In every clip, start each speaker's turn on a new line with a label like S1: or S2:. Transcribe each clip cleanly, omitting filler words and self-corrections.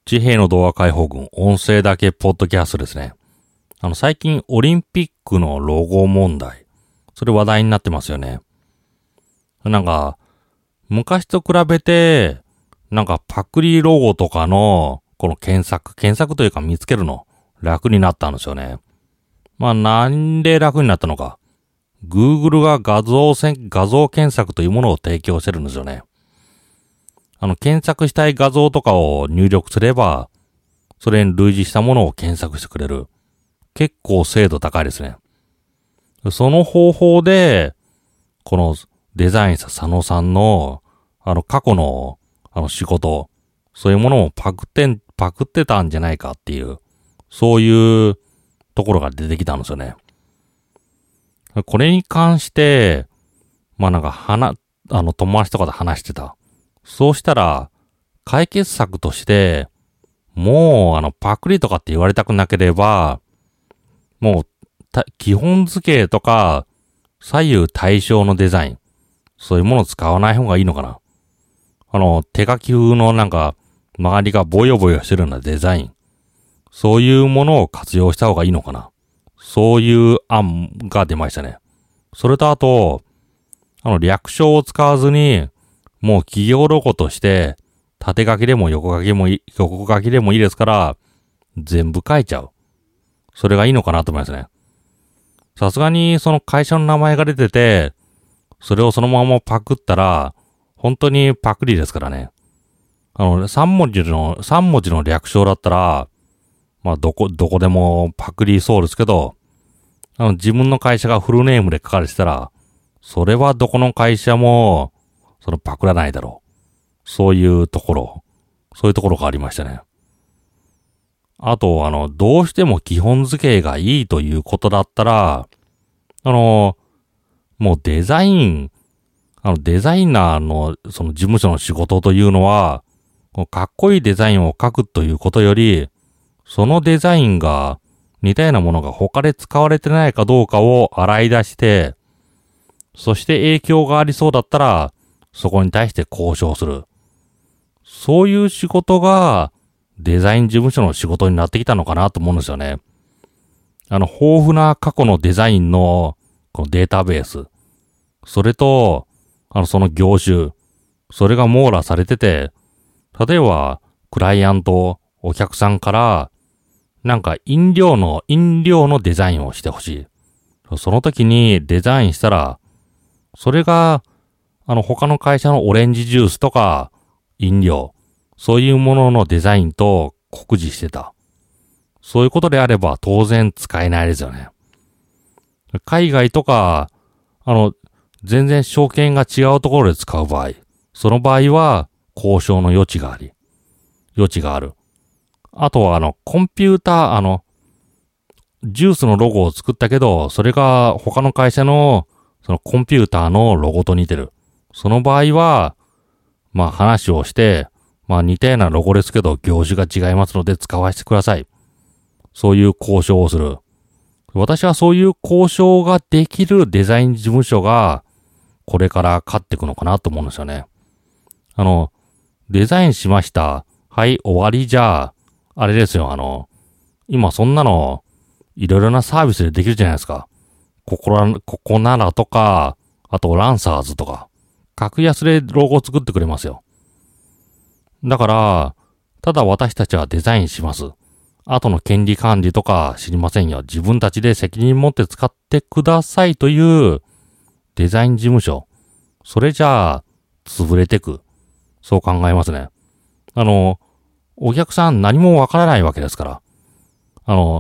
S1: 地平の動画解放軍音声だけポッドキャストですね。最近オリンピックのロゴ問題。それ話題になってますよね。なんか、昔と比べて、なんかパクリロゴとかの、この検索というか見つけるの、楽になったんですよね。まあなんで楽になったのか。Google が画像検索というものを提供してるんですよね。検索したい画像とかを入力すれば、それに類似したものを検索してくれる。結構精度高いですね。その方法で、このデザイン者佐野さんの、過去の、仕事、そういうものをパクってたんじゃないかっていう、そういうところが出てきたんですよね。これに関して、まあなんか友達とかで話してた。そうしたら、解決策として、もうパクリとかって言われたくなければ、もう基本図形とか、左右対称のデザイン、そういうものを使わない方がいいのかな。手書き風のなんか、周りがボヨボヨしてるようなデザイン、そういうものを活用した方がいいのかな。そういう案が出ましたね。それとあと、略称を使わずに、もう企業ロゴとして、縦書きでも横書きでもいいですから、全部書いちゃう。それがいいのかなと思いますね。さすがにその会社の名前が出てて、それをそのままパクったら、本当にパクリですからね。3文字の略称だったら、まあどこでもパクリそうですけど、自分の会社がフルネームで書かれてたら、それはどこの会社も、パクらないだろう。そういうところがありましたね。あと、どうしても基本図形がいいということだったら、もうデザイナーのその事務所の仕事というのは、かっこいいデザインを書くということより、そのデザインが似たようなものが他で使われてないかどうかを洗い出して、そして影響がありそうだったら、そこに対して交渉する。そういう仕事がデザイン事務所の仕事になってきたのかなと思うんですよね。豊富な過去のデザインのこのデータベース。それと、その業種。それが網羅されてて、例えば、クライアント、お客さんから、なんか飲料のデザインをしてほしい。その時にデザインしたら、それが、他の会社のオレンジジュースとか、飲料、そういうもののデザインと酷似してた。そういうことであれば当然使えないですよね。海外とか、全然証券が違うところで使う場合、その場合は交渉の余地がある。あとはコンピューター、ジュースのロゴを作ったけど、それが他の会社のそのコンピューターのロゴと似てる。その場合は、まあ話をして、まあ似たようなロゴですけど業種が違いますので使わせてください。そういう交渉をする。私はそういう交渉ができるデザイン事務所がこれから勝っていくのかなと思うんですよね。デザインしました。はい、終わりじゃあれですよ。今そんなのいろいろなサービスでできるじゃないですか。ここならとか、あとランサーズとか、格安でロゴを作ってくれますよ。だから、ただ私たちはデザインします。後の権利管理とか知りませんよ。自分たちで責任持って使ってくださいというデザイン事務所。それじゃあ、潰れてく。そう考えますね。お客さん何もわからないわけですから。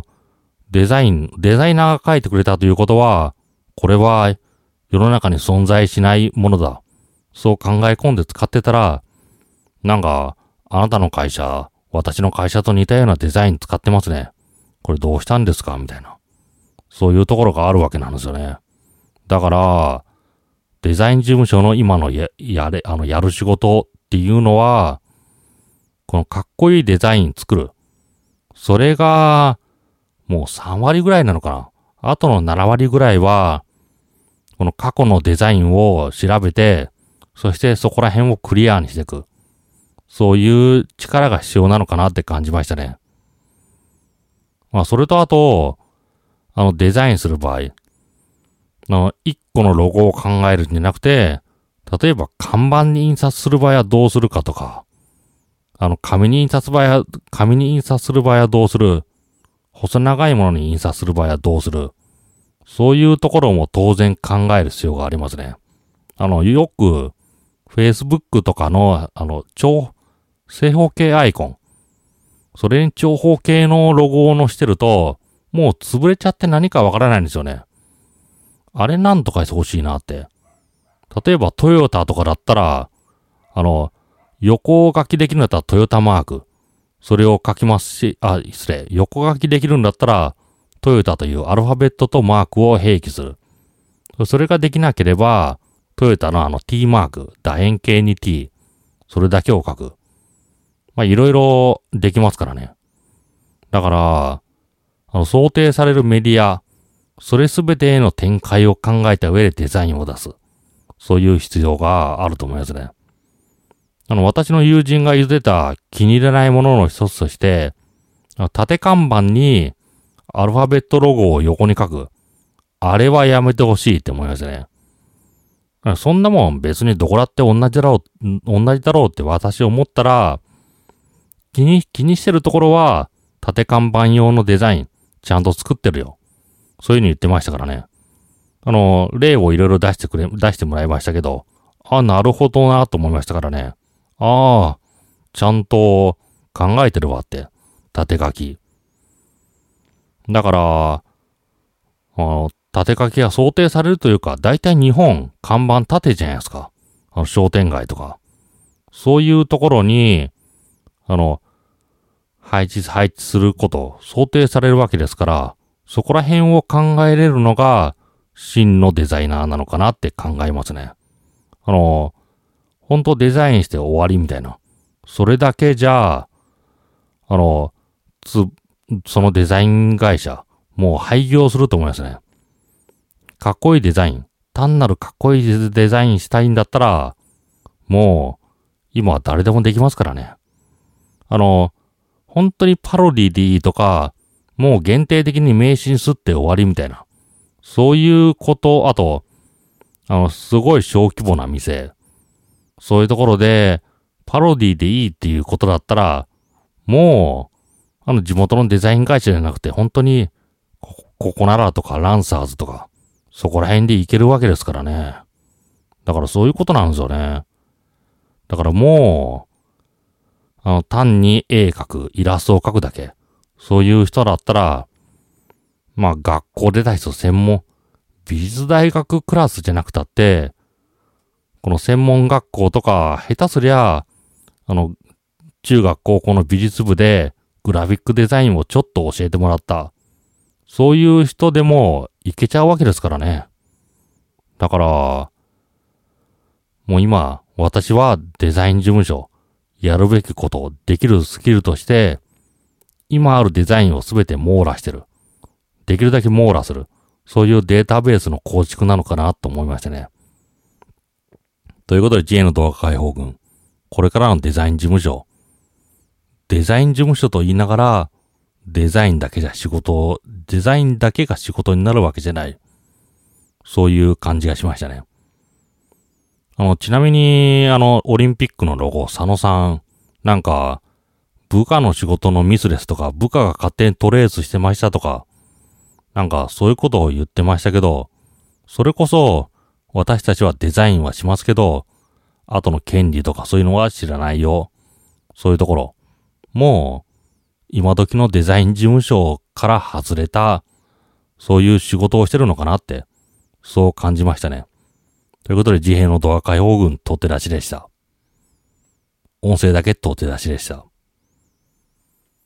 S1: デザイナーが書いてくれたということは、これは世の中に存在しないものだ。そう考え込んで使ってたら、なんか、あなたの会社、私の会社と似たようなデザイン使ってますね。これどうしたんですかみたいな。そういうところがあるわけなんですよね。だから、デザイン事務所の今のやる仕事っていうのは、このかっこいいデザイン作る。それが、もう3割ぐらいなのかな。あとの7割ぐらいは、この過去のデザインを調べて、そしてそこら辺をクリアにしていく。 そういう力が必要なのかなって感じましたね。まあ、それとあと、デザインする場合、一個のロゴを考えるんじゃなくて、例えば看板に印刷する場合はどうするかとか、紙に印刷する場合はどうする、細長いものに印刷する場合はどうする、そういうところも当然考える必要がありますね。よく、Facebook とかの、正方形アイコン、それに長方形のロゴを載してると、もう潰れちゃって何かわからないんですよね。あれなんとかしてほしいなって。例えばトヨタとかだったら、横書きできるんだったらトヨタマーク。それを書きますし、横書きできるんだったら、トヨタというアルファベットとマークを併記する。それができなければ、トヨタのT マーク、楕円形に T、それだけを書く。まあ、いろいろできますからね。だから、想定されるメディア、それすべてへの展開を考えた上でデザインを出す。そういう必要があると思いますね。私の友人が言ってた気に入らないものの一つとして、縦看板にアルファベットロゴを横に書く。あれはやめてほしいって思いますね。そんなもん別にどこだって同じだろうって私思ったら、気にしてるところは縦看板用のデザインちゃんと作ってるよ。そういう風に言ってましたからね。例をいろいろ出してもらいましたけど、なるほどなと思いましたからね。ちゃんと考えてるわって。縦書き。だから、縦書きが想定されるというか、だいたい日本、看板縦じゃないですか。商店街とか。そういうところに、配置すること、想定されるわけですから、そこら辺を考えれるのが、真のデザイナーなのかなって考えますね。本当デザインして終わりみたいな。それだけじゃ、そのデザイン会社、もう廃業すると思いますね。かっこいいデザイン、単なるかっこいいデザインしたいんだったら、もう、今は誰でもできますからね。本当にパロディでいいとか、もう限定的に名刺にすって終わりみたいな。そういうこと、あと、すごい小規模な店。そういうところで、パロディでいいっていうことだったら、もう、地元のデザイン会社じゃなくて、本当に、ここならとか、ランサーズとか、そこら辺でいけるわけですからね。だからそういうことなんですよね。だからもう、単に絵描く、イラストを描くだけ。そういう人だったら、まあ学校出た人美術大学クラスじゃなくたって、この専門学校とか、下手すりゃ、中学高校の美術部でグラフィックデザインをちょっと教えてもらった。そういう人でもいけちゃうわけですからね。だから、もう今、私はデザイン事務所、やるべきことをできるスキルとして、今あるデザインをすべて網羅してる。できるだけ網羅する。そういうデータベースの構築なのかなと思いましたね。ということで GA の動画解放軍。これからのデザイン事務所。デザイン事務所と言いながら、デザインだけが仕事になるわけじゃない。そういう感じがしましたね。ちなみに、オリンピックのロゴ、佐野さん、なんか、部下の仕事のミスですとか、部下が勝手にトレースしてましたとか、なんかそういうことを言ってましたけど、それこそ、私たちはデザインはしますけど、後の権利とかそういうのは知らないよ。そういうところ。もう、今時のデザイン事務所から外れた、そういう仕事をしてるのかなって、そう感じましたね。ということで、自閉の動画解放軍取って出しでした。音声だけ取って出しでした。